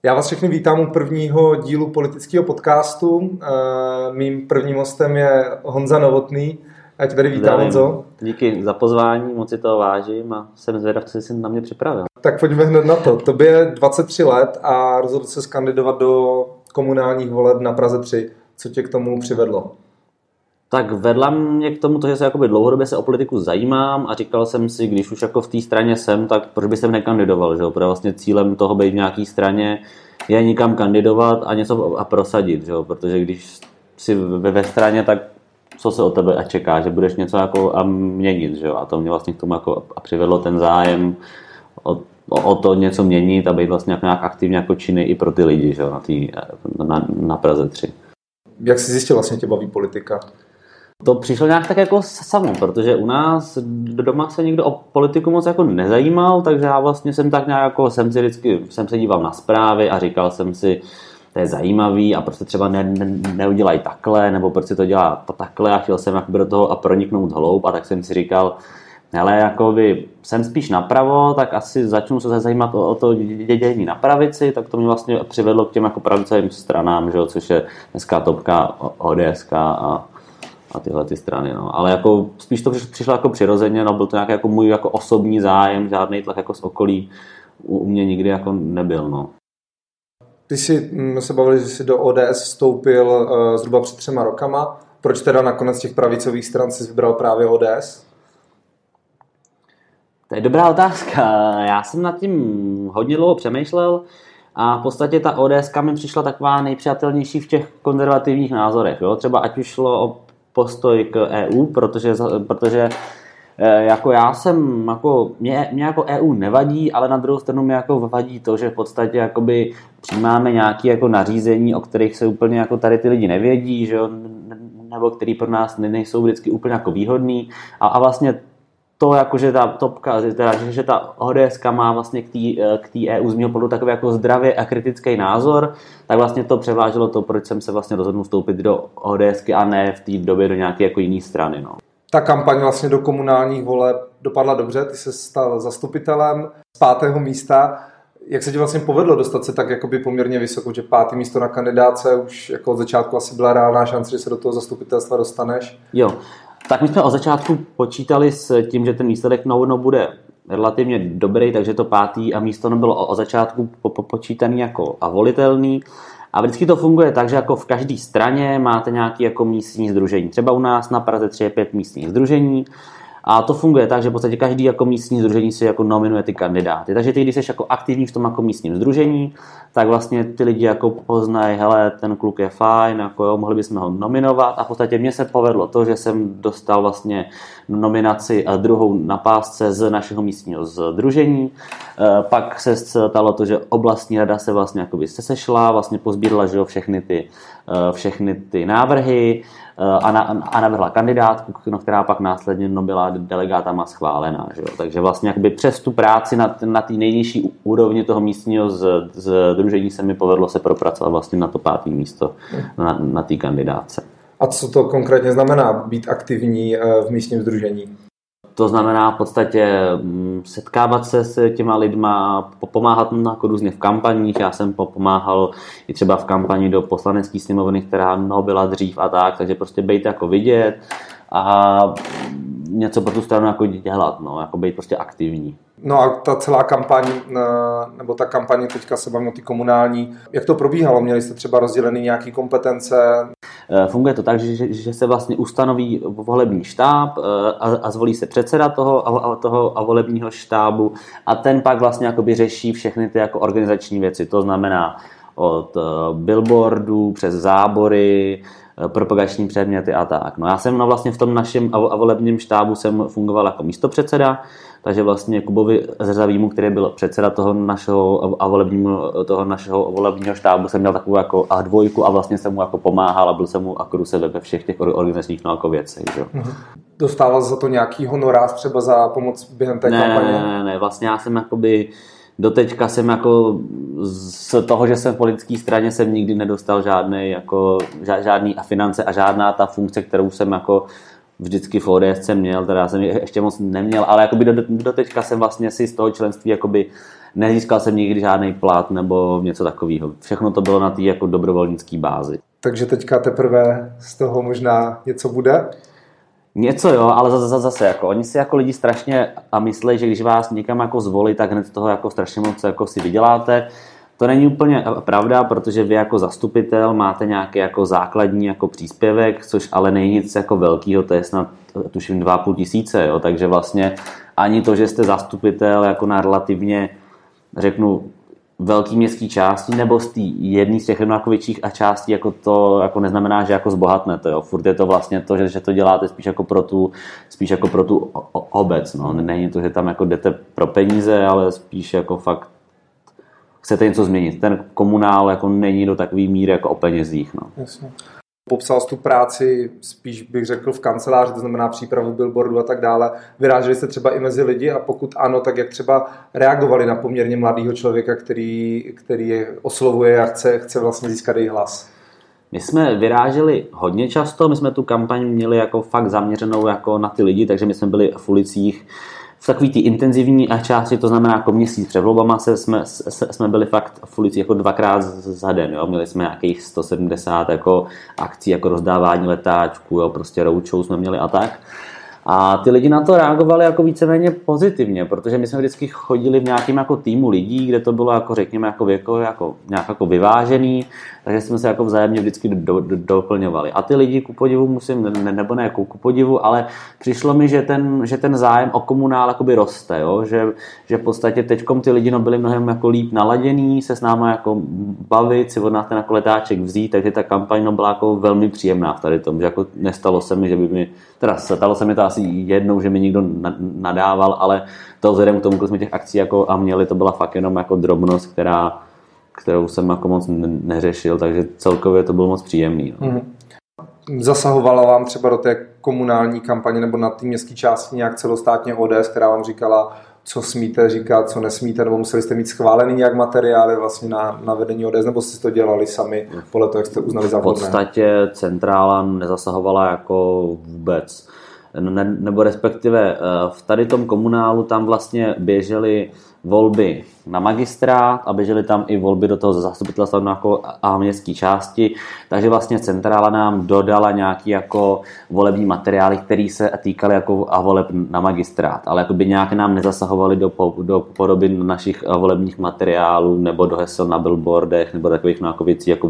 Já vás všechny vítám u prvního dílu politického podcastu. Mým prvním hostem je Honza Novotný. Já tě tady vítám, Honzo. Díky za pozvání, moc si toho vážím a jsem zvědav, co jsi na mě připravil. Tak pojďme hned na to. Tobě je 23 let a rozhodl se skandidovat do komunálních voleb na Praze 3. Co tě k tomu přivedlo? Tak vedla mě k tomu to, že se jakoby dlouhodobě se o politiku zajímám a říkal jsem si, když už jako v té straně jsem, tak proč by jsem nekandidoval, že jo? Protože vlastně cílem toho být v nějaké straně je nikam kandidovat a něco a prosadit, že jo? Protože když si ve straně, tak co se od tebe čeká, že budeš něco jako a měnit, že jo? A to mě vlastně k tomu jako a přivedlo ten zájem o to něco měnit a být vlastně nějak aktivně jako činný i pro ty lidi, že jo? Na Praze 3. Jak jsi zjistil, vlastně tě baví politika? To přišlo nějak tak jako samo, protože u nás doma se nikdo o politiku moc jako nezajímal, takže já vlastně jsem tak nějak jako jsem se díval na zprávy a říkal jsem si, to je zajímavý a prostě třeba neudělají takhle, nebo proč si to dělá takhle a chtěl jsem jakoby do toho a proniknout hloub a tak jsem si říkal, ale jakoby jsem spíš napravo, tak asi začnu se zajímat o to dění na pravici, tak to mě vlastně přivedlo k těm jako pravicovým stranám, že jo, což je dneska topka ODS a tyhle ty strany, no. Ale jako spíš to přišlo jako přirozeně, no, byl to nějaký jako můj jako osobní zájem, žádný tlak jako z okolí u mě nikdy jako nebyl, no. Ty jsi se bavili, že jsi do ODS vstoupil zhruba před 3 rokama. Proč teda nakonec těch pravicových stran jsi vybral právě ODS? To je dobrá otázka. Já jsem nad tím hodně dlouho přemýšlel a v podstatě ta ODS mi přišla taková nejpřijatelnější v těch konzervativních názorech. Jo? Třeba ať už šlo o postoj k EU, protože jako já jsem, jako, mě jako EU nevadí, ale na druhou stranu mě jako vadí to, že v podstatě jakoby přijímáme nějaké jako nařízení, o kterých se úplně jako tady ty lidi nevědí, že jo? Nebo který pro nás nejsou vždycky úplně jako výhodný a vlastně to, jako, že ta topka, že ta ODS má vlastně k té EU z mého pohledu takový jako zdravě a kritický názor, tak vlastně to převáželo to, proč jsem se vlastně rozhodnul vstoupit do ODSky a ne v té době do nějaké jako jiné strany. No. Ta kampaň vlastně do komunálních voleb dopadla dobře, ty se stal zastupitelem z 5. místa. Jak se ti vlastně povedlo dostat se tak jakoby poměrně vysoko, že 5. místo na kandidáce už jako od začátku asi byla reálná šance, že se do toho zastupitelstva dostaneš? Jo. Tak my jsme od začátku počítali s tím, že ten výsledek na bude relativně dobrý, takže to 5. místo nebylo od začátku počítaný jako a volitelný. A vždycky to funguje tak, že jako v každé straně máte nějaké jako místní sdružení. Třeba u nás na Praze 3 je 5 místních sdružení. A to funguje tak, že v podstatě každý jako místní sdružení si jako nominuje ty kandidáty. Takže ty, když jsi jako aktivní v tom jako místním sdružení, tak vlastně ty lidi jako poznají, hele, ten kluk je fajn, jako jo, mohli bychom ho nominovat. A v podstatě mně se povedlo to, že jsem dostal vlastně nominaci a druhou na pásce z našeho místního sdružení. Pak se stalo to, že oblastní rada se vlastně jakoby sešla, vlastně pozbírala, že jo, všechny ty návrhy a navrhla kandidátku, která pak následně byla delegátama schválená. Že jo? Takže vlastně jakoby přes tu práci na té nejnižší úrovni toho místního sdružení se mi povedlo se propracovat vlastně na to 5. místo na té kandidáce. A co to konkrétně znamená být aktivní v místním sdružení? To znamená v podstatě setkávat se s těma lidma, pomáhat jako různě v kampaních. Já jsem pomáhal i třeba v kampani do poslanecké sněmovny, která byla dřív a tak, takže prostě být jako vidět a něco pro tu stranu jako dělat, no, jako být prostě aktivní. No a ta celá kampaň, nebo ta kampaň, teďka se bavím o ty komunální, jak to probíhalo? Měli jste třeba rozdělený nějaký kompetence? Funguje to tak, že se vlastně ustanoví volební štáb a zvolí se předseda toho volebního štábu a ten pak vlastně jakoby řeší všechny ty jako organizační věci. To znamená od billboardů přes zábory, propagační předměty a tak. No já jsem vlastně v tom našem volebním štábu jsem fungoval jako místopředseda, takže vlastně Kubovi Zrzavýmu, který byl předseda toho našeho volebního štábu, jsem měl takovou jako dvojku a vlastně jsem mu jako pomáhal a byl jsem mu jako ruce ve všech těch organizačních věcech. Dostával za to nějaký honorář třeba za pomoc během té kampaně? Ne, vlastně já jsem jakoby doteďka jsem jako z toho, že jsem v politické straně, jsem nikdy nedostal žádný finance a žádná ta funkce, kterou jsem jako vždycky v ODS měl, teda jsem ještě moc neměl, ale jakoby doteďka jsem vlastně si z toho členství jakoby nezískal jsem nikdy žádný plat nebo něco takového. Všechno to bylo na té jako dobrovolnické bázi. Takže teďka teprve z toho možná něco bude? Něco jo, ale zase jako oni si jako lidi strašně a myslí, že když vás někam jako zvolí, tak hned z toho jako strašně moc jako si vyděláte. To není úplně pravda, protože vy jako zastupitel máte nějaký jako základní jako příspěvek, což ale není nic jako velkýho, to je snad tuším 2,5 tisíce, jo, takže vlastně ani to, že jste zastupitel jako na relativně, řeknu, velký městský části, nebo z té jedné z těch jako větších a částí, jako to jako neznamená, že jako zbohatnete, jo. Furt je to vlastně to, že to děláte spíš jako pro tu obec, no. Není to, že tam jako jdete pro peníze, ale spíš jako fakt chcete něco změnit. Ten komunál jako není do takové míry jako o penězích, no. Jasně. Popsal jsi tu práci spíš bych řekl v kanceláři, to znamená přípravu billboardu a tak dále. Vyráželi jste třeba i mezi lidi a pokud ano, tak jak třeba reagovali na poměrně mladého člověka, který je oslovuje a chce vlastně získat její hlas? My jsme vyráželi hodně často, my jsme tu kampaň měli jako fakt zaměřenou jako na ty lidi, takže my jsme byli v ulicích v takový té intenzivní části, to znamená jako měsíc před volbama jsme byli fakt v ulici jako 2krát za den, jo? Měli jsme nějakých 170 jako akcí, jako rozdávání letáčků, jo? Prostě roadshow jsme měli a tak. A ty lidi na to reagovali jako víceméně pozitivně, protože my jsme vždycky chodili v nějakém jako týmu lidí, kde to bylo jako řekněme jako věkově jako nějak jako vyvážený, takže jsme se jako vzájemně vždycky doplňovali. A ty lidi ku podivu musím, nebo ne ku podivu, ale přišlo mi, že ten zájem o komunál jakoby roste, jo? Že v podstatě teďkom ty lidi byli mnohem jako líp naladěný, se s náma jako bavit, si od nás ten jako letáček vzít, takže ta kampaň byla jako velmi příjemná v tady tom, že jako nestalo se mi, že by mi, teda stalo se mi to asi jednou, že mi někdo nadával, ale to vzhledem k tomu, že jsme těch akcí jako a měli, to byla fakt jenom jako drobnost, kterou jsem jako moc neřešil, takže celkově to bylo moc příjemný. No. Zasahovala vám třeba do té komunální kampaně nebo na té městské části nějak celostátně ODS, která vám říkala, co smíte říkat, co nesmíte, nebo museli jste mít schválený nějak materiály vlastně na vedení ODS, nebo jste to dělali sami podle toho, jak jste uznali za vhodné? V podstatě centrála nezasahovala jako vůbec. Nebo respektive v tady tom komunálu tam vlastně běžely volby na magistrát a běžely tam i volby do toho zastupitelstva jako a městské části, takže vlastně centrála nám dodala nějaký jako volební materiály, které se týkaly jako a voleb na magistrát, ale jakoby nějak nám nezasahovali do podoby našich volebních materiálů nebo do hesel na billboardech nebo takových jako věcí, jako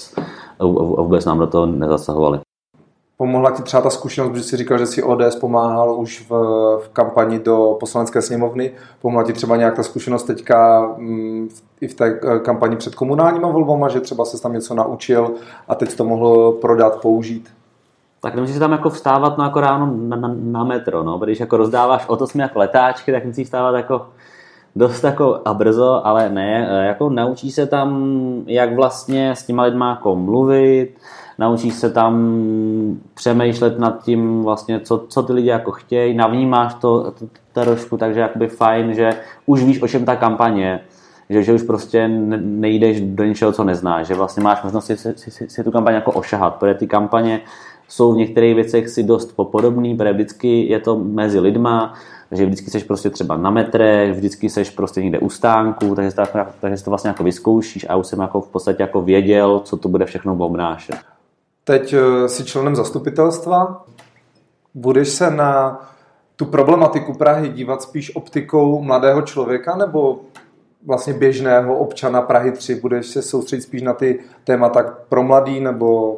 vůbec nám do toho nezasahovali. Pomohla ti třeba ta zkušenost, protože jsi říkal, že si ODS pomáhal už v kampani do poslanecké sněmovny. Pomohla ti třeba nějak ta zkušenost teďka i v té kampani před komunálníma volbama, že třeba se tam něco naučil a teď to mohl prodat, použít? Tak nemusíš tam jako vstávat jako ráno na metro, no. Když jako rozdáváš o to jsme jako letáčky, tak musíš vstávat jako dost jako a brzo, ale ne, jako naučí se tam, jak vlastně s těma lidma jako mluvit, naučíš se tam přemýšlet nad tím vlastně, co ty lidi jako chtějí, navnímáš to trošku, takže jakoby fajn, že už víš, o čem ta kampaň je, že už prostě nejdeš do ničeho, co neznáš, že vlastně máš možnost si tu kampaň jako ošahat, protože ty kampaně jsou v některých věcech si dost podobný, protože vždycky je to mezi lidma, že vždycky seš prostě třeba na metrech, vždycky seš prostě někde u stánku, takže si to vlastně jako vyzkoušíš a už jsem jako v podstatě jako věděl, co to bude všechno obnášet. Teď jsi členem zastupitelstva. Budeš se na tu problematiku Prahy dívat spíš optikou mladého člověka nebo vlastně běžného občana Prahy 3? Budeš se soustředit spíš na ty témata pro mladý nebo...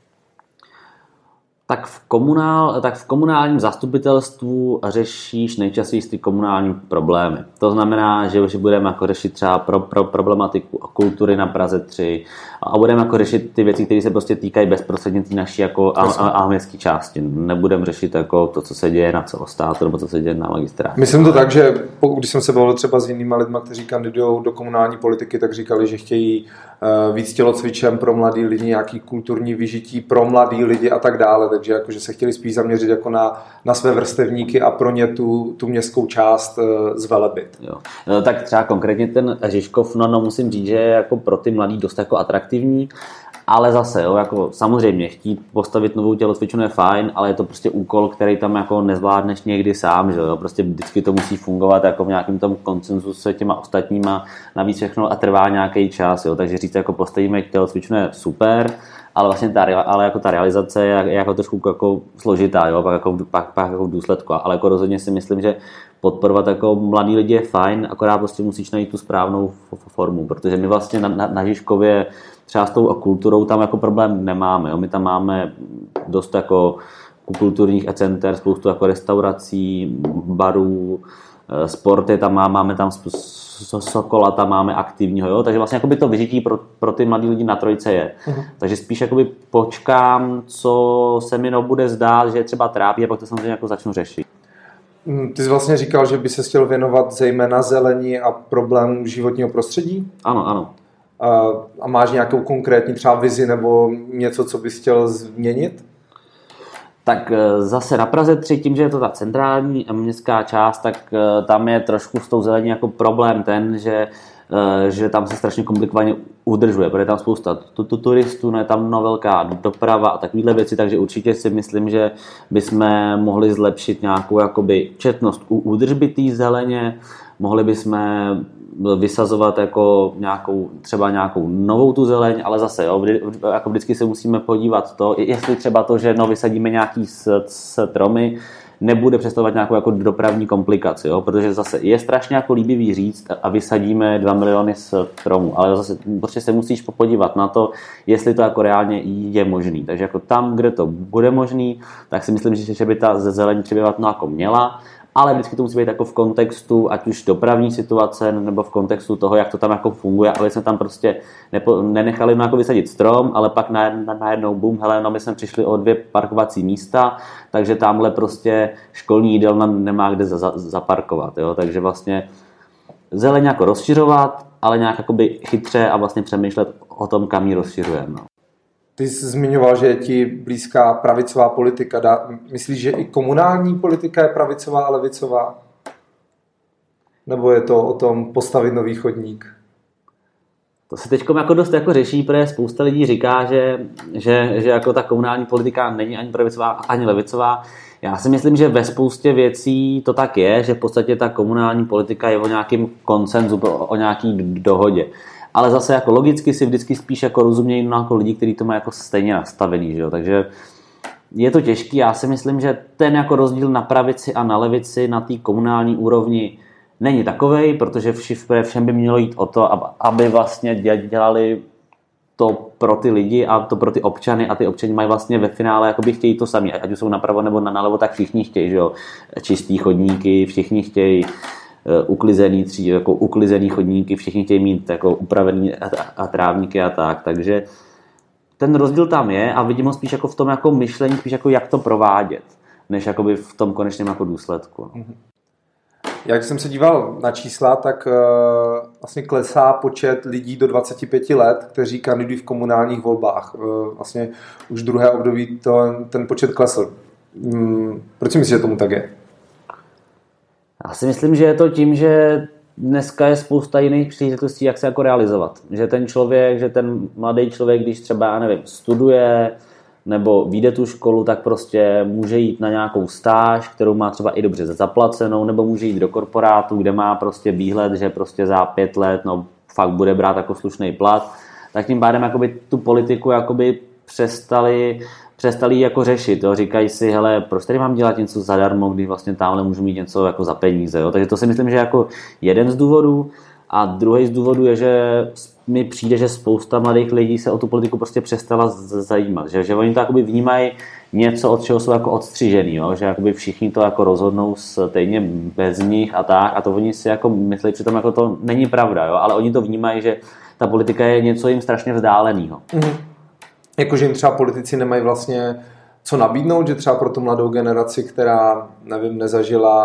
Tak v komunálním zastupitelstvu řešíš nejčastěji ty komunální problémy. To znamená, že už budeme jako řešit třeba pro problematiku kultury na Praze 3 a budeme jako řešit ty věci, které se prostě týkají bezprostředně té naší jako a městské části. Nebudeme řešit jako to, co se děje na celostátu nebo co se děje na magistrátě. Myslím to tak, že když jsem se bavil třeba s jinými lidmi, kteří kandidují do komunální politiky, tak říkali, že chtějí víc tělocvičem pro mladý lidi, nějaký kulturní vyžití pro mladý lidi a tak dále, takže jakože se chtěli spíš zaměřit jako na své vrstevníky a pro ně tu městskou část zvelebit. Jo. No, tak třeba konkrétně ten Žižkov, no musím říct, že je jako pro ty mladý dost jako atraktivní, ale zase, jo, jako samozřejmě chtít postavit novou tělocvičnu je fajn, ale je to prostě úkol, který tam jako nezvládneš někdy sám, že jo, prostě vždycky to musí fungovat jako v nějakém tom konsenzu s těma ostatníma, navíc všechno a trvá nějaký čas, jo, takže říct jako postavíme tělocvičnu je super, ale vlastně ta realizace je jako trošku jako složitá, jo, pak jako v důsledku, ale jako rozhodně si myslím, že podporovat jako mladý lidi je fajn, akorát prostě musíš najít tu správnou formu, protože my vlastně na Žižkově třeba s tou kulturou tam jako problém nemáme, jo? My tam máme dost jako kulturních center, spoustu jako restaurací, barů, sporty tam máme tam Sokola tam máme aktivního, jo? Takže vlastně jakoby to vyžití pro ty mladí lidi na Trojce je. Takže spíš jakoby počkám, co se mi bude zdát, že třeba trápí a pak to samozřejmě jako začnu řešit. Ty jsi vlastně říkal, že by se chtěl věnovat zejména zelení a problémům životního prostředí? Ano. A máš nějakou konkrétní třeba vizi nebo něco, co bys chtěl změnit? Tak zase na Praze 3, tím, že je to ta centrální městská část, tak tam je trošku s tou zelení jako problém ten, že tam se strašně komplikovaně udržuje, protože je tam spousta turistů, je tam velká doprava a takovéhle věci, takže určitě si myslím, že bychom mohli zlepšit nějakou jakoby četnost údržby té zeleně, mohli bychom vysazovat jako třeba nějakou novou tu zeleň, ale zase, jo, jako vždycky se musíme podívat to, jestli třeba to, že vysadíme nějaký stromy, nebude představovat nějakou jako dopravní komplikaci, jo? Protože zase je strašně jako líbivý říct a vysadíme 2 miliony stromů, ale zase prostě se musíš podívat na to, jestli to jako reálně je možný. Takže jako tam, kde to bude možný, tak si myslím, že by ta zeleň přibývat jako měla, ale vždycky to musí být jako v kontextu, ať už dopravní situace, nebo v kontextu toho, jak to tam jako funguje, aby jsme tam prostě nenechali jako vysadit strom, ale pak najednou boom, hele, my jsme přišli o 2 parkovací místa, takže tamhle prostě školní jídelna nemá kde zaparkovat, jo? Takže vlastně zeleň jako rozšiřovat, ale nějak jakoby chytře a vlastně přemýšlet o tom, kam ji rozšiřujeme. No. Ty jsi zmiňoval, že je ti blízká pravicová politika. Myslíš, že i komunální politika je pravicová a levicová? Nebo je to o tom postavit nový chodník? To se teď jako dost jako řeší, protože spousta lidí říká, že jako ta komunální politika není ani pravicová, ani levicová. Já si myslím, že ve spoustě věcí to tak je, že v podstatě ta komunální politika je o nějakém konsenzu, o nějaký dohodě. Ale zase jako logicky si vždycky spíš jako rozumějí jako lidi, kteří to mají jako stejně nastavený, že jo? Takže je to těžký. Já si myslím, že ten jako rozdíl na pravici a na levici na té komunální úrovni není takovej, protože všem by mělo jít o to, aby vlastně dělali to pro ty lidi a to pro ty občany a ty občani mají vlastně ve finále jakoby chtějí to sami, ať už jsou napravo nebo nalevo, tak všichni chtějí, že jo? Čistý chodníky, všichni chtějí uklizený chodníky, všichni chtějí mít jako upravený a trávníky a tak, takže ten rozdíl tam je a vidím ho spíš jako v tom jako myšlení, spíš jako jak to provádět, než jakoby v tom konečném jako důsledku. Jak jsem se díval na čísla, tak vlastně klesá počet lidí do 25 let, kteří kandidují v komunálních volbách. Vlastně už druhé období ten počet klesl. Proč si myslíš, že tomu tak je? Já si myslím, že je to tím, že dneska je spousta jiných příležitostí, jak se jako realizovat. Že ten mladý člověk, když třeba, já nevím, studuje nebo vyjde tu školu, tak prostě může jít na nějakou stáž, kterou má třeba i dobře zaplacenou, nebo může jít do korporátu, kde má prostě výhled, že prostě za 5 let fakt bude brát jako slušný plat. Tak tím pádem jakoby tu politiku jakoby přestali jako řešit, jo. Říkají si, hele, proč tady mám dělat něco zadarmo, když vlastně tamhle můžu mít něco jako za peníze, jo. Takže to si myslím, že jako jeden z důvodů. A druhý z důvodů je, že mi přijde, že spousta mladých lidí se o tu politiku prostě přestala zajímat, že oni to jakoby vnímají něco, od čeho jsou jako odstřižený, jo. Že jakoby všichni to jako rozhodnou stejně bez nich a tak, a to oni si jako myslí, přitom jako to není pravda, jo. Ale oni to vnímají, že ta politika je něco jim strašně vzdálenýho. Jakože jim třeba politici nemají vlastně co nabídnout, že třeba pro tu mladou generaci, která, nevím, nezažila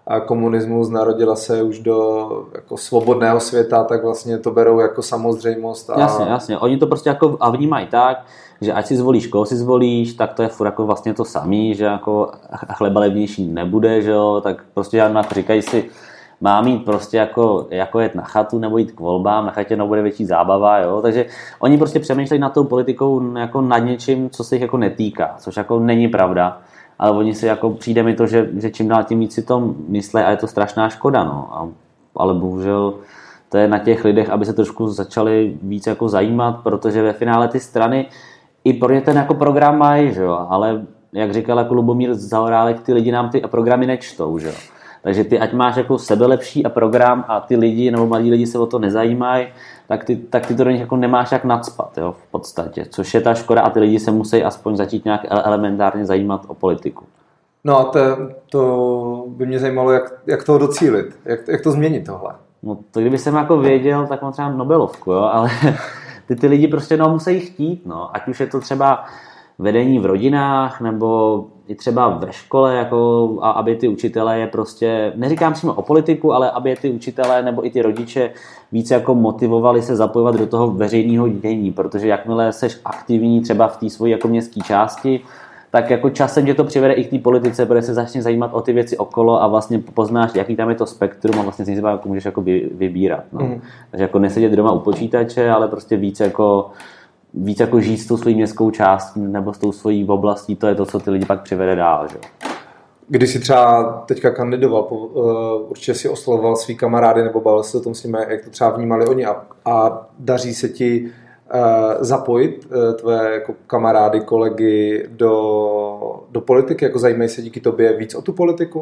komunismus, narodila se už do jako svobodného světa, tak vlastně to berou jako samozřejmost. Jasně. Oni to prostě jako a vnímají tak, že ať si zvolíš, koho si zvolíš, tak to je furt jako vlastně to samý, že jako chleba levnější nebude, že jo, tak prostě jako říkají si, má mít prostě jako jet na chatu nebo jít k volbám, na chatě nebude větší zábava, jo, takže oni prostě přemýšlejí nad tou politikou jako nad něčím, co se jich jako netýká, což jako není pravda, ale oni si jako přijde mi to, že čím dál tím víc si to myslí a je to strašná škoda, no, ale bohužel to je na těch lidech, aby se trošku začali víc jako zajímat, protože ve finále ty strany i pro ně ten jako program mají, že jo, ale jak říkal jako Lubomír Zaorálek, ty lidi nám ty programy nečtou, že jo. Takže ty, ať máš jako sebelepší a program a ty lidi nebo mladí lidi se o to nezajímají, tak ty to do nich jako nemáš jak nacpat, jo, v podstatě, což je ta škoda a ty lidi se musí aspoň začít nějak elementárně zajímat o politiku. No a to by mě zajímalo, jak toho docílit, jak to změnit tohle. No to kdyby jsem jako věděl, tak mám třeba Nobelovku, jo, ale ty lidi prostě musí chtít, no, ať už je to třeba vedení v rodinách, nebo i třeba ve škole, jako, a aby ty učitelé je prostě, neříkám přímo o politiku, ale aby ty učitelé nebo i ty rodiče více jako motivovali se zapojovat do toho veřejného dění, protože jakmile seš aktivní třeba v té svojí jako městské části, tak jako časem tě to přivede i k té politice, protože se začne zajímat o ty věci okolo a vlastně poznáš, jaký tam je to spektrum a vlastně si jako můžeš jako vybírat. No. Takže jako nesedět doma u počítače, ale prostě víc jako žít s tou svojí městskou částí nebo s tou svojí oblastí, to je to, co ty lidi pak přivede dál. Že? Když jsi třeba teďka kandidoval, určitě si oslovoval svý kamarády nebo bavil se o tom s nimi, jak to třeba vnímali oni a daří se ti zapojit tvé jako kamarády, kolegy do politiky, jako zajímají se díky tobě víc o tu politiku?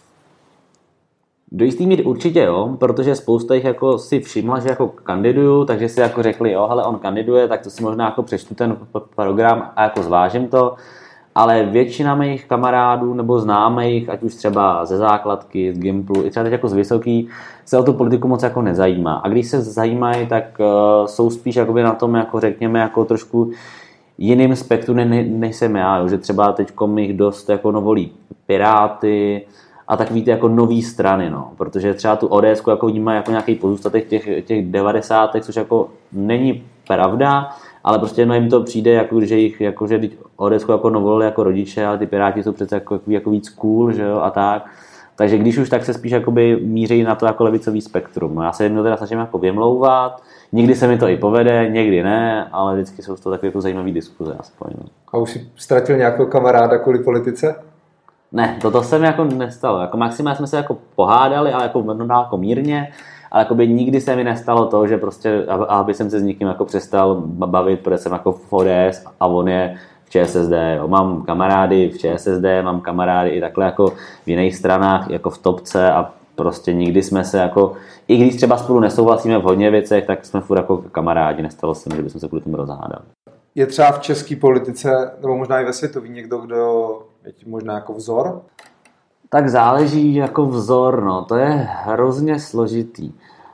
Do jistý míry určitě jo, protože spousta jich jako si všimla, že jako kandiduju, takže si jako řekli, jo, hele, on kandiduje, tak to si možná jako přečtu ten program a jako zvážím to, ale většina mých kamarádů nebo známých, ať už třeba ze základky, z Gimplu, i třeba teď jako z vysoký, se o tu politiku moc jako nezajímá. A když se zajímají, tak jsou spíš jakoby na tom, jako řekněme, jako trošku jiným spektru, než jsem já, jo, že třeba teďko jich dost jako volí Piráty, a tak víte, jako nový strany, no, protože třeba tu ODS jako vnímají jako nějaký pozůstatek těch 90, což jako není pravda, ale prostě jenom jim to přijde, jako, že jich, jako, že ODS jako novolili jako rodiče, ale ty Piráti jsou přece jako víc cool, že jo, a tak. Takže když už, tak se spíš jakoby míří na to jako levicový spektrum. No, já se jim teda snažím jako vymlouvat, někdy se mi to i povede, někdy ne, ale vždycky jsou to takové jako zajímavé diskuze aspoň. No. A už jsi ztratil nějakého kamaráda kvůli politice? Ne, to se mi jako nestalo. Jako maximálně jsme se jako pohádali, ale jako mírně, ale jako by nikdy se mi nestalo to, že prostě, aby jsem se s někým jako přestal bavit, protože jsem jako v ODS a on je v ČSSD. Jo. Mám kamarády v ČSSD, mám kamarády i takhle jako v jiných stranách, jako v topce a prostě nikdy jsme se jako, i když třeba spolu nesouhlasíme v hodně věcech, tak jsme furt jako kamarádi, nestalo se mi, že bychom se kvůli tomu rozhádali. Je třeba v české politice, nebo možná i ve světový někdo, kdo je možná jako vzor? Tak záleží jako vzor, no, to je hrozně složitý.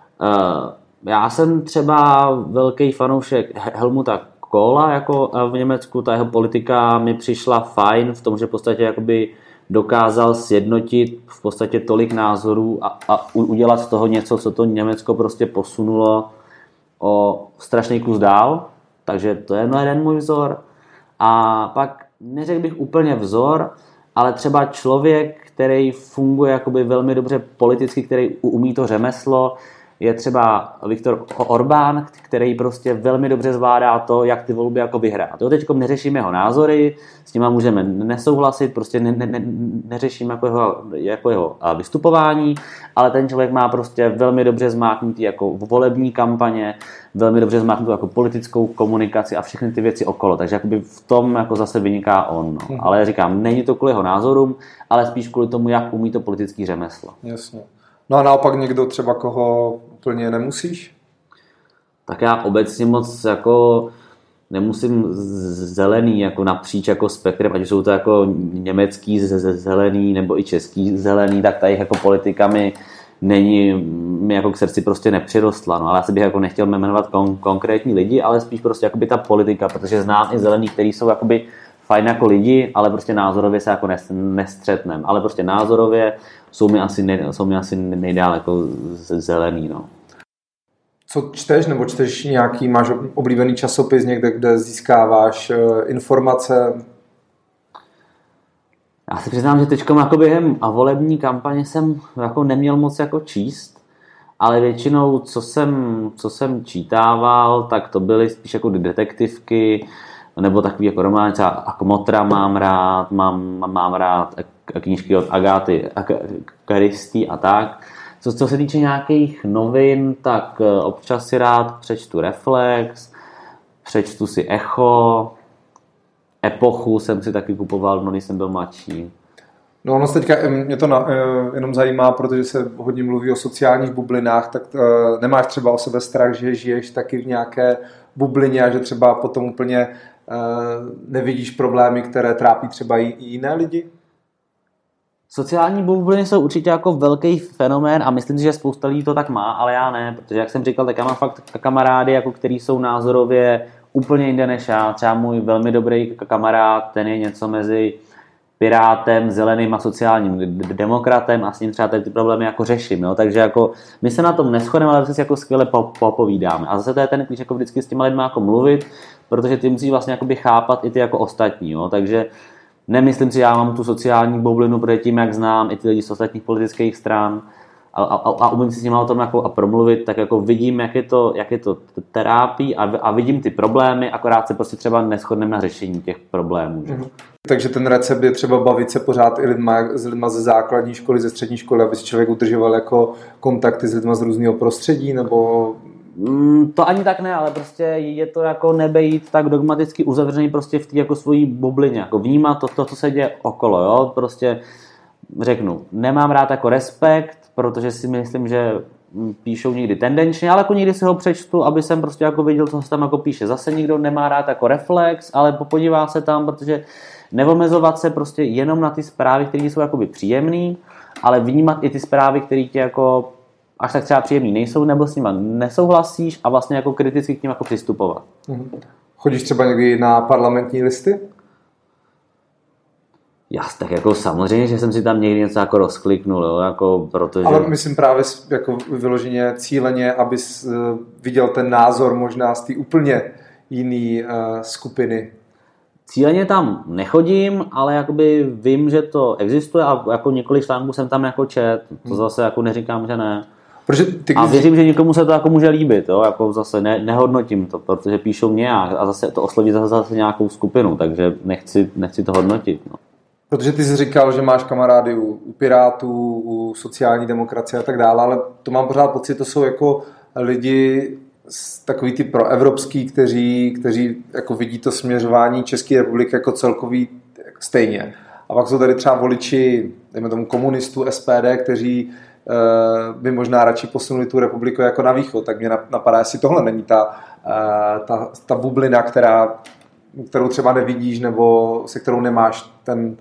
Já jsem třeba velký fanoušek Helmuta Kohla jako v Německu, ta jeho politika mi přišla fajn v tom, že v podstatě jakoby dokázal sjednotit v podstatě tolik názorů a udělat z toho něco, co to Německo prostě posunulo o strašný kus dál. Takže to je jeden můj vzor. A pak neřekl bych úplně vzor, ale třeba člověk, který funguje jakoby velmi dobře politicky, který umí to řemeslo, je třeba Viktor Orbán, který prostě velmi dobře zvládá to, jak ty volby jako vyhrát. Teď neřešíme jeho názory, s nima můžeme nesouhlasit, prostě neřešíme jako jeho vystupování, ale ten člověk má prostě velmi dobře zmáknutý jako volební kampaně, velmi dobře zmáknutou jako politickou komunikaci a všechny ty věci okolo. Takže jakoby v tom jako zase vyniká on. No. Ale říkám, není to kvůli jeho názorům, ale spíš kvůli tomu, jak umí to politický řemeslo. Jasně. No a naopak někdo třeba, koho úplně nemusíš? Tak já obecně moc jako nemusím zelený jako napříč jako spektrem, ať jsou to jako německý zelený nebo i český zelený, tak ta jejich jako politika mi jako k srdci prostě nepřirostla. No, ale já bych jako nechtěl jmenovat konkrétní lidi, ale spíš prostě jakoby ta politika, protože znám i zelený, kteří jsou jakoby fajn jako lidi, ale prostě názorově se jako nestřetneme. Ale prostě názorově jsou mi asi nejdál jako zelený, no. Co čteš, nebo čteš nějaký, máš oblíbený časopis někde, kde získáváš informace? Já si přiznám, že teďka jako během a volební kampaně jsem jako neměl moc jako číst, ale většinou, co jsem čítával, tak to byly spíš jako detektivky, nebo takový jako romány, třeba Kmotra mám rád, mám rád knížky od Agáty Christie a tak. Co se týče nějakých novin, tak občas si rád přečtu Reflex, přečtu si Echo, Epochu jsem si taky kupoval, když jsem byl mladší. No ono teďka, mě to jenom zajímá, protože se hodně mluví o sociálních bublinách, tak nemáš třeba o sebe strach, že žiješ taky v nějaké bublině a že třeba potom úplně nevidíš problémy, které trápí třeba i jiné lidi? Sociální bubliny jsou určitě jako velký fenomén a myslím si, že spousta lidí to tak má, ale já ne, protože jak jsem říkal, tak já mám fakt kamarády, jako který jsou názorově úplně jinde než já. Třeba můj velmi dobrý kamarád, ten je něco mezi Pirátem, Zeleným a sociálním demokratem a s ním třeba ty problémy jako řeším. Jo? Takže jako my se na tom neschodeme, ale si jako skvěle popovídáme. A zase to je ten klíč jako vždycky s těma lidmi jako mluvit, protože ty musíš vlastně chápat i ty jako ostatní. Jo? Takže nemyslím si, já mám tu sociální bublinu, protože tím, jak znám i ty lidi z ostatních politických stran a umím si s nimi o tom jako promluvit, tak jako vidím, jak je to trápí a vidím ty problémy, akorát se prostě třeba neshodneme na řešení těch problémů. Mm-hmm. Takže ten recept je třeba bavit se pořád i s lidma ze základní školy, ze střední školy, aby si člověk udržoval jako kontakty s lidma z různého prostředí, nebo... To ani tak ne, ale prostě je to jako nebejít tak dogmaticky uzavřený prostě v té jako svojí bublině, jako vnímat to, co se děje okolo, jo, prostě řeknu, nemám rád jako Respekt, protože si myslím, že píšou někdy tendenčně, ale jako někdy si ho přečtu, aby jsem prostě jako viděl, co se tam jako píše. Zase nikdo nemá rád jako Reflex, ale podívá se tam, protože neomezovat se prostě jenom na ty zprávy, které jsou jakoby příjemný, ale vnímat i ty zprávy, které ti jako až tak třeba příjemný nejsou, nebo s nima nesouhlasíš a vlastně jako kriticky k ním jako přistupovat. Chodíš třeba někdy na parlamentní listy? Já tak jako samozřejmě, že jsem si tam někdy něco jako rozkliknul, jo, jako protože... Ale myslím právě jako vyloženě cíleně, abys viděl ten názor možná z té úplně jiný skupiny. Cíleně tam nechodím, ale jakoby vím, že to existuje a jako několik článků jsem tam jako čet, to zase jako neříkám, že ne. A věřím, že někomu se to jako může líbit, jo? Jako zase nehodnotím to, protože píšou nějak a zase to osloví zase nějakou skupinu, takže nechci to hodnotit. No. Protože ty jsi říkal, že máš kamarády u Pirátů, u sociální demokracie a tak dále, ale to mám pořád pocit, to jsou jako lidi takový ty proevropský, kteří jako vidí to směřování České republiky jako celkový stejně. A pak jsou tady třeba voliči, dejme tomu komunistů, SPD, kteří by možná radši posunuli tu republiku jako na východ, tak mě napadá, jestli tohle není ta bublina, kterou třeba nevidíš, nebo se kterou nemáš ten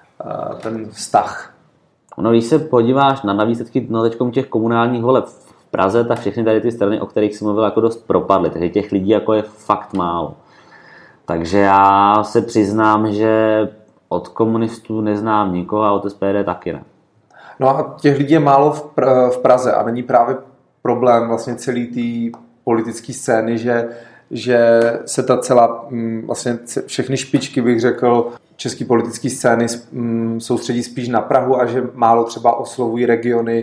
vztah. No, když se podíváš na výsledky teďkom těch komunálních voleb v Praze, tak všechny tady ty strany, o kterých jsem mluvil, jako dost propadly, takže těch lidí jako je fakt málo. Takže já se přiznám, že od komunistů neznám nikoho a od SPD taky ne. No a těch lidí je málo v Praze a není právě problém vlastně celý té politické scény, že se ta celá, vlastně všechny špičky, bych řekl, české politické scény soustředí spíš na Prahu a že málo třeba oslovují regiony.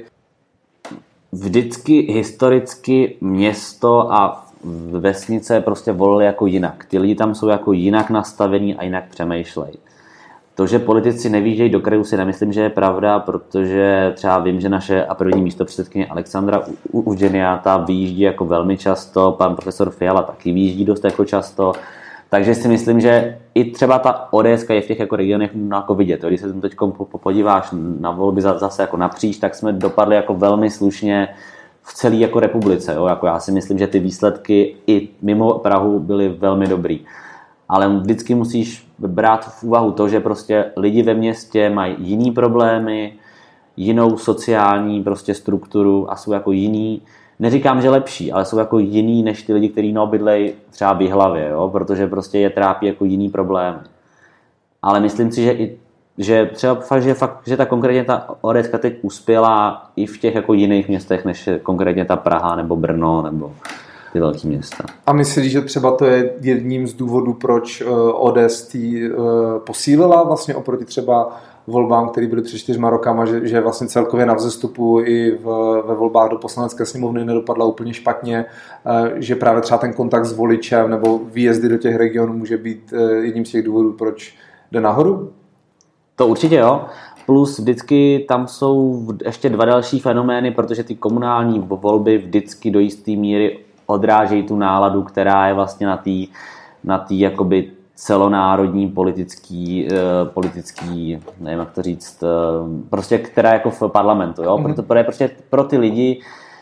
Vždycky historicky město a vesnice prostě volili jako jinak. Ty lidi tam jsou jako jinak nastavení a jinak přemýšlejí. To, že politici nevídějí do krajů, si nemyslím, že je pravda, protože třeba vím, že naše a první místopředsedkyně Alexandra Udženiáta vyjíždí jako velmi často, pan profesor Fiala taky vyjíždí dost jako často, takže si myslím, že i třeba ta ODS je v těch jako regionech jako vidět. Když se teď podíváš na volby zase jako napříč, tak jsme dopadli jako velmi slušně v celé jako republice. Jo? Jako já si myslím, že ty výsledky i mimo Prahu byly velmi dobrý. Ale vždycky musíš brát v úvahu to, že prostě lidi ve městě mají jiný problémy, jinou sociální prostě strukturu a jsou jako jiný. Neříkám, že lepší, ale jsou jako jiný než ty lidi, kteří bydlejí třeba v Jihlavě, jo? Protože prostě je trápí jako jiný problémy. ale myslím si, že třeba fakt, že ta konkrétně ta ODS teď uspěla i v těch jako jiných městech, než konkrétně ta Praha nebo Brno nebo ty velké města. A myslíš, že třeba to je jedním z důvodů, proč ODS posílila vlastně oproti třeba volbám, které byly před 4 rokama, že vlastně celkově na vzestupu i ve volbách do Poslanecké sněmovny nedopadla úplně špatně, že právě třeba ten kontakt s voličem nebo výjezdy do těch regionů může být jedním z těch důvodů, proč jde nahoru? To určitě jo. Plus vždycky tam jsou ještě 2 další fenomény, protože ty komunální volby vždycky do jisté míry odrážejí tu náladu, která je vlastně na té jakoby celonárodní politický, nevím jak to říct, prostě která jako v parlamentu, jo? Prostě pro ty lidi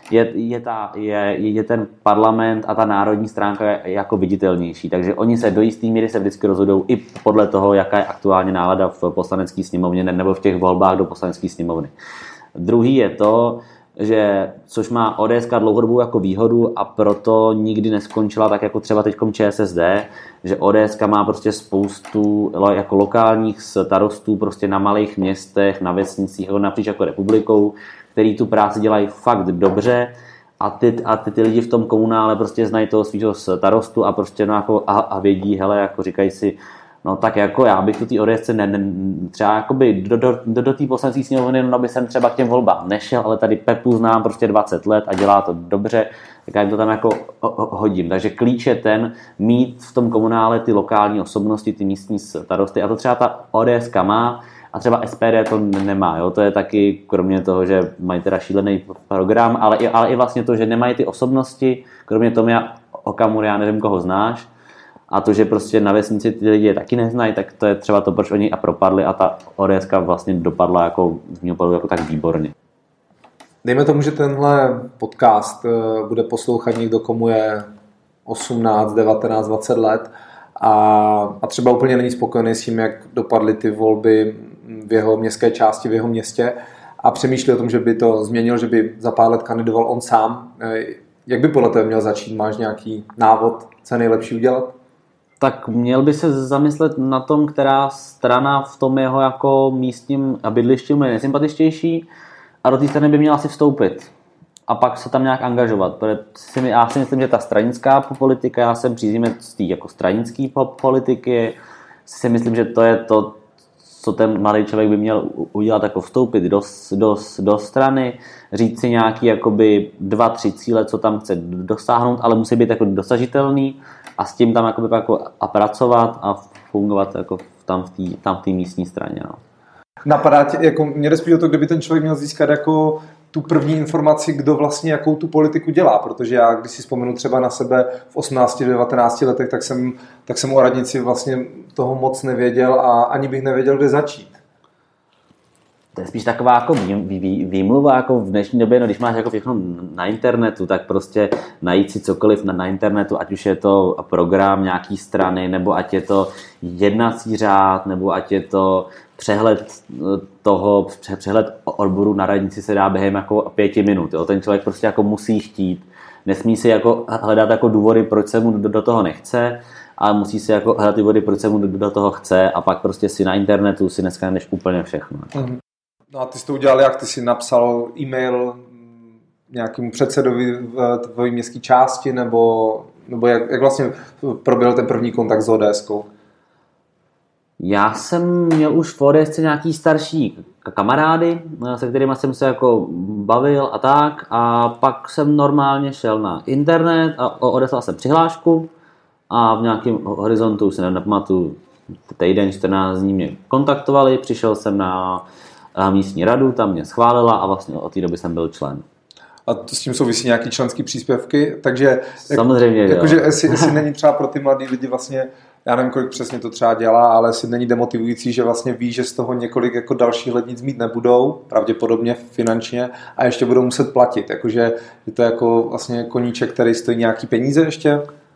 je ten parlament a ta národní stránka jako viditelnější, takže oni se do jisté míry se vždycky rozhodou i podle toho, jaká je aktuálně nálada v poslanecké sněmovně nebo v těch volbách do poslanecké sněmovny. Druhý je to, že, což má ODS dlouhodobou jako výhodu a proto nikdy neskončila tak jako třeba teďkom ČSSD, že ODS má prostě spoustu jako lokálních starostů prostě na malých městech, na vesnicích, napříč jako republikou, který tu práci dělají fakt dobře a ty lidi v tom komunále prostě znají toho svýho starostu a prostě no jako a vědí, hele, jako říkají si, no tak jako já bych tu té ODS třeba jakoby do té poslanecké sněmovny, no by jsem třeba k těm volbám nešel, ale tady Pepu znám prostě 20 let a dělá to dobře, tak já jim to tam jako hodím. Takže klíč je ten mít v tom komunále ty lokální osobnosti, ty místní starosty a to třeba ta ODS má a třeba SPD to nemá. Jo? To je taky, kromě toho, že mají teda šílený program, ale i vlastně to, že nemají ty osobnosti, kromě Tomia Okamury, já nevím, koho znáš, a to, že prostě na vesnici ty lidi taky neznají, tak to je třeba to, proč oni a propadli a ta ODS vlastně dopadla jako, z mého pohledu jako tak výborně. Dejme tomu, že tenhle podcast bude poslouchat někdo, komu je 18, 19, 20 let a třeba úplně není spokojený s tím, jak dopadly ty volby v jeho městské části, v jeho městě a přemýšlí o tom, že by to změnil, že by za pár let kandidoval on sám. Jak by podle tebe měl začít? Máš nějaký návod, co je nejlepší udělat? Tak měl by se zamyslet na tom, která strana v tom jeho jako místním a bydlišti mu je nejsympatičtější a do té strany by měla asi vstoupit a pak se tam nějak angažovat. Já si myslím, že ta stranická politika, já jsem příznivec té jako stranické politiky, si myslím, že to je to, co ten mladý člověk by měl udělat, jako vstoupit do strany, říct si nějaký jakoby 2-3 cíle, co tam chce dosáhnout, ale musí být jako dosažitelný a s tím tam jako a pracovat a fungovat jako tam v té místní straně. No. Napadá tě, jako mě jde spíš o to, kdyby ten člověk měl získat jako tu první informaci, kdo vlastně jakou tu politiku dělá, protože já, když si vzpomenu třeba na sebe v 18-19 letech, tak jsem o radnici vlastně toho moc nevěděl a ani bych nevěděl, kde začít. To je spíš taková jako výmluva jako v dnešní době, no když máš jako všechno na internetu, tak prostě najít si cokoliv na internetu, ať už je to program nějaký strany, nebo ať je to jednací řád, nebo ať je to přehled odboru na radnici se dá během jako 5 minut. Jo. Ten člověk prostě jako musí chtít. Nesmí si jako hledat jako důvody, proč se mu do toho nechce, ale musí si jako hledat důvody, proč se mu do toho chce a pak prostě si na internetu si dneska najdeš úplně všechno. No a ty jsi to udělal jak? Ty jsi napsal e-mail nějakému předsedovi v tvojí městské části, nebo jak vlastně proběhl ten první kontakt s ODSkou? Já jsem měl už v ODS nějaký starší kamarády, se kterými jsem se jako bavil a tak a pak jsem normálně šel na internet a odeslal jsem přihlášku a v nějakém horizontu, už se nepamatuju, týden, 14 dní mě kontaktovali, přišel jsem na místní radu, tam mě schválila a vlastně od té doby jsem byl člen. A s tím souvisí nějaký členský příspěvky, takže samozřejmě, jakože jestli není třeba pro ty mladý lidi vlastně, já nevím, kolik přesně to třeba dělá, ale jestli není demotivující, že vlastně ví, že z toho několik jako dalších let nic mít nebudou, pravděpodobně finančně, a ještě budou muset platit, jakože je to jako vlastně koníček, který stojí nějaký peníze ještě,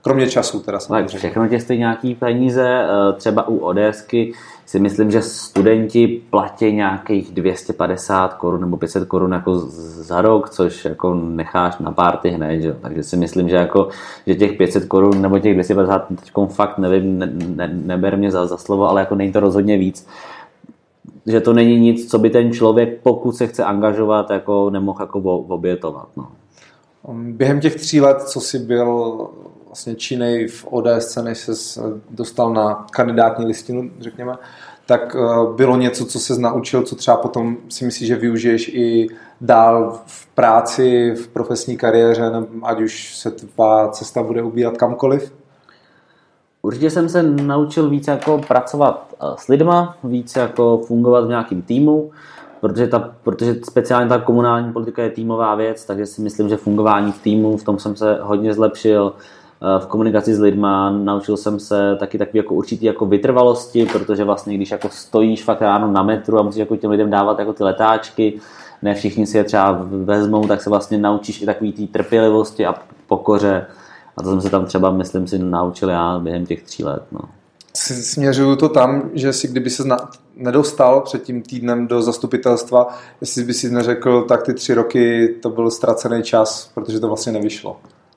Kromě času teda samozřejmě. Všechno tě stojí nějaký peníze, třeba u ODSky si myslím, že studenti platí nějakých 250 korun nebo 500 korun jako za rok, což jako necháš na párty hned, že? Takže si myslím, že těch 500 korun nebo těch 250 teďkom fakt nevím, neber mě za slovo, ale jako není to rozhodně víc. Že to není nic, co by ten člověk, pokud se chce angažovat, jako nemohl jako obětovat. No. Během těch 3 let, co jsi byl vlastně činnej v ODS, než se dostal na kandidátní listinu, řekněme, tak bylo něco, co ses naučil, co třeba potom si myslíš, že využiješ i dál v práci, v profesní kariéře, ať už se tvá cesta bude ubírat kamkoliv? Určitě jsem se naučil víc jako pracovat s lidma, víc jako fungovat v nějakém týmu, protože speciálně ta komunální politika je týmová věc, takže si myslím, že fungování v týmu, v tom jsem se hodně zlepšil, v komunikaci s lidma, naučil jsem se taky takový jako určitý jako vytrvalosti, protože vlastně když jako stojíš fakt ráno na metru a musíš jako těm lidem dávat jako ty letáčky, ne všichni si je třeba vezmou, tak se vlastně naučíš i takový té trpělivosti a pokoře. A to jsem se tam třeba, myslím si, naučil já během těch 3 let. No. Směřuju to tam, že si kdyby se nedostal před tím týdnem do zastupitelstva, jestli by si neřekl, tak ty 3 roky to byl ztracený čas, protože to vlastně nevyšlo.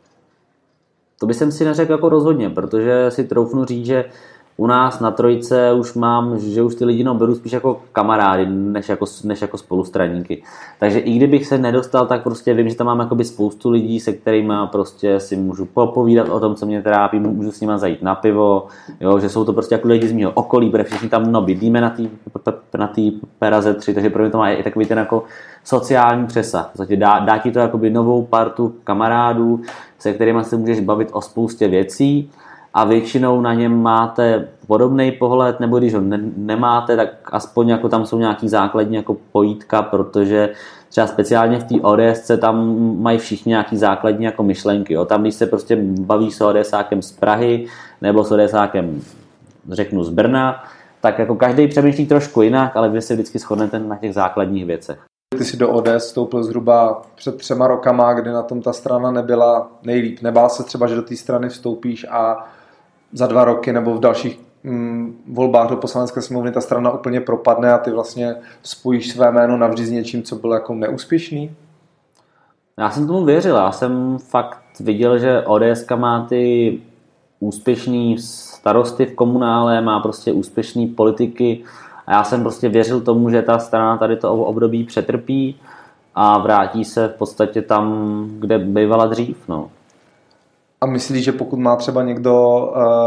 To bych si neřekl jako rozhodně, protože si troufnu říct, že u nás na Trojce už že už ty lidi beru spíš jako kamarády, než jako spolustraníky. Takže i kdybych se nedostal, tak prostě vím, že tam mám jakoby spoustu lidí, se kterými prostě si můžu popovídat o tom, co mě trápí, můžu s nimi zajít na pivo, jo, že jsou to prostě jako lidi z mého okolí, protože všichni tam bydlíme na té Praze 3, takže pro mě to má i takový ten jako sociální přesah. Dá ti to jakoby novou partu kamarádů, se kterými se můžeš bavit o spoustě věcí, a většinou na něm máte podobný pohled, nebo když ho nemáte, tak aspoň jako tam jsou nějaký základní jako pojítka, protože třeba speciálně v té ODSce tam mají všichni nějaký základní jako myšlenky. Jo. Tam, když se prostě baví s ODSákem z Prahy nebo s ODSákem, řeknu, z Brna, tak jako každý přemýšlí trošku jinak, ale vy se vždycky shodnete na těch základních věcech. Ty jsi do ODS vstoupil zhruba před 3 rokama, kdy na tom ta strana nebyla nejlíp. Nebál se třeba, že do té strany vstoupíš a za 2 roky nebo v dalších volbách do poslanecké sněmovny ta strana úplně propadne a ty vlastně spojíš své jméno navždy s něčím, co bylo jako neúspěšný? Já jsem tomu věřil. Já jsem fakt viděl, že ODSka má ty úspěšný starosty v komunále, má prostě úspěšný politiky a já jsem prostě věřil tomu, že ta strana tady to období přetrpí a vrátí se v podstatě tam, kde bývala dřív. No. A myslíš, že pokud má třeba někdo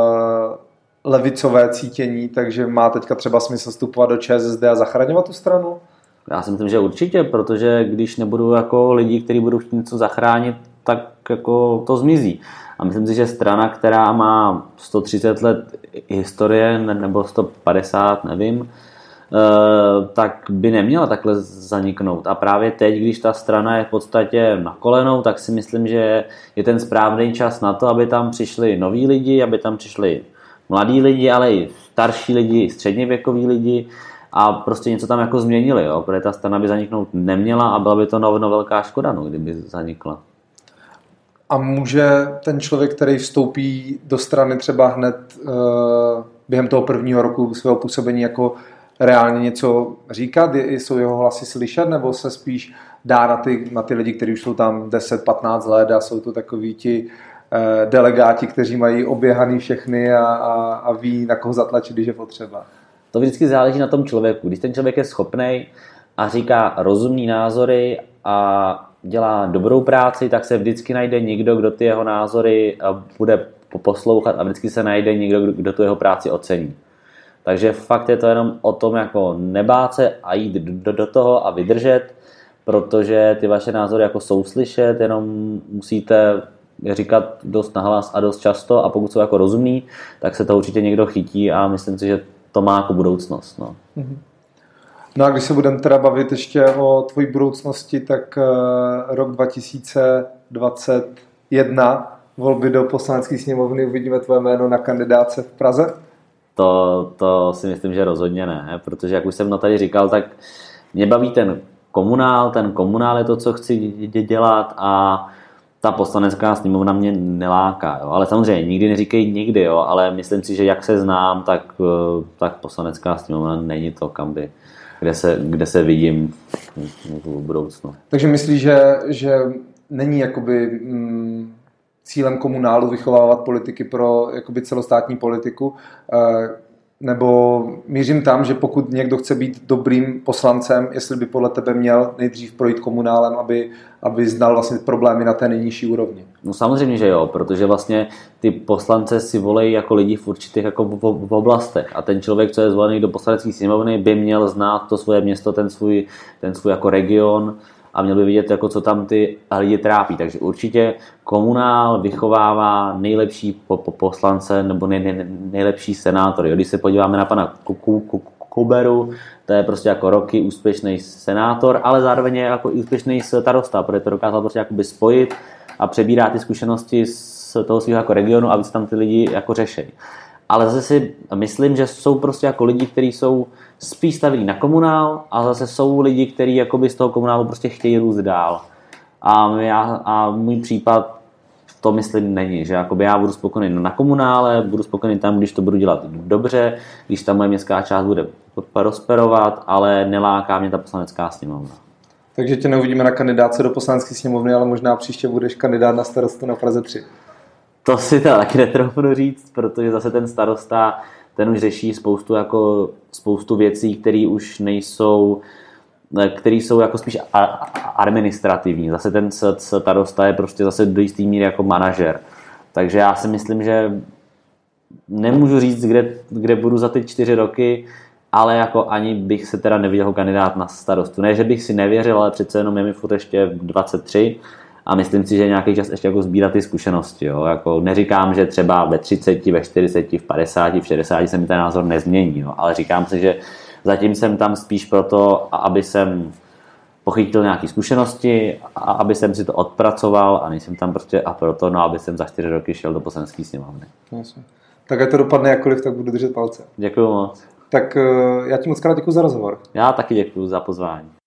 levicové cítění, takže má teďka třeba smysl vstupovat do ČSSD a zachraňovat tu stranu? Já si myslím, že určitě, protože když nebudou jako lidi, kteří budou chtít něco zachránit, tak jako to zmizí. A myslím si, že strana, která má 130 let historie, nebo 150, nevím, tak by neměla takhle zaniknout. A právě teď, když ta strana je v podstatě na kolenou, tak si myslím, že je ten správný čas na to, aby tam přišli noví lidi, aby tam přišli mladí lidi, ale i starší lidi, i středněvěkoví lidi a prostě něco tam jako změnili, jo? Protože ta strana by zaniknout neměla a byla by to velká škoda, no, kdyby zanikla. A může ten člověk, který vstoupí do strany třeba hned během toho 1. roku svého působení jako reálně něco říkat? Jsou jeho hlasy slyšet, nebo se spíš dá na ty lidi, kteří už jsou tam 10-15 let a jsou to takoví ti delegáti, kteří mají oběhaný všechny a ví, na koho zatlačit, když je potřeba? To vždycky záleží na tom člověku. Když ten člověk je schopnej a říká rozumný názory a dělá dobrou práci, tak se vždycky najde někdo, kdo ty jeho názory bude poslouchat a vždycky se najde někdo, kdo tu jeho práci ocení. Takže fakt je to jenom o tom jako nebát se a jít do toho a vydržet, protože ty vaše názory jako jsou slyšet, jenom musíte říkat dost nahlas a dost často a pokud jsou jako rozumný, tak se to určitě někdo chytí a myslím si, že to má jako budoucnost. No. No a když se budeme teda bavit ještě o tvojí budoucnosti, tak rok 2021, volby do poslanecké sněmovny, uvidíme tvoje jméno na kandidáce v Praze? To si myslím, že rozhodně ne, protože jak už jsem tady říkal, tak mě baví ten komunál je to, co chci dělat a ta poslanecká sněmovna mě neláká, jo. Ale samozřejmě nikdy neříkej nikdy, jo. Ale myslím si, že jak se znám, tak poslanecká sněmovna není to, kde se vidím v budoucnu. Takže myslíš, že není jakoby cílem komunálu vychovávat politiky pro jakoby celostátní politiku, nebo mířím tam, že pokud někdo chce být dobrým poslancem, jestli by podle tebe měl nejdřív projít komunálem, aby znal vlastně problémy na té nejnižší úrovni? No samozřejmě, že jo, protože vlastně ty poslance si volejí jako lidi v určitých jako v oblastech a ten člověk, co je zvolený do poslanecké sněmovny, by měl znát to svoje město, ten svůj jako region a měl by vidět, jako co tam ty lidi trápí. Takže určitě komunál vychovává nejlepší poslance nebo nejlepší senátory. Když se podíváme na pana Kuberu, to je prostě jako roky úspěšný senátor, ale zároveň je jako úspěšný starosta, protože to dokázal prostě jakoby spojit a přebírá ty zkušenosti z toho svého jako regionu, aby se tam ty lidi jako řešili. Ale zase si myslím, že jsou prostě jako lidi, kteří jsou spíš stavění na komunál a zase jsou lidi, kteří jakoby z toho komunálu prostě chtějí růst dál. A můj případ to myslím není, že jakoby já budu spokojený na komunále, budu spokojený tam, když to budu dělat dobře, když ta moje městská část bude prosperovat, ale neláká mě ta poslanecká sněmovna. Takže tě neuvidíme na kandidáce do poslanecké sněmovny, ale možná příště budeš kandidát na starostu na Praze 3. To si to taky netroufnu říct, protože zase ten starosta, ten už řeší spoustu věcí, které už nejsou, které jsou jako spíš administrativní. Zase ten starosta je prostě zase do jistý míry jako manažer. Takže já si myslím, že nemůžu říct, kde budu za ty 4 roky, ale jako ani bych se teda neviděl jako kandidát na starostu. Ne, že bych si nevěřil, ale přece jenom je mi furt ještě 23 a myslím si, že nějaký čas ještě jako sbírat ty zkušenosti. Jo. Jako neříkám, že třeba ve 30, ve 40, v 50, v 60 se mi ten názor nezmění, jo. Ale říkám si, že zatím jsem tam spíš proto, aby jsem pochytil nějaké zkušenosti a aby jsem si to odpracoval a nejsem tam prostě a proto, aby jsem za 4 roky šel do poslanecké sněmovny. Jasně. Tak ať to dopadne jakkoliv, tak budu držet palce. Děkuju moc. Tak já ti moc krát děkuji za rozhovor. Já taky děkuji za pozvání.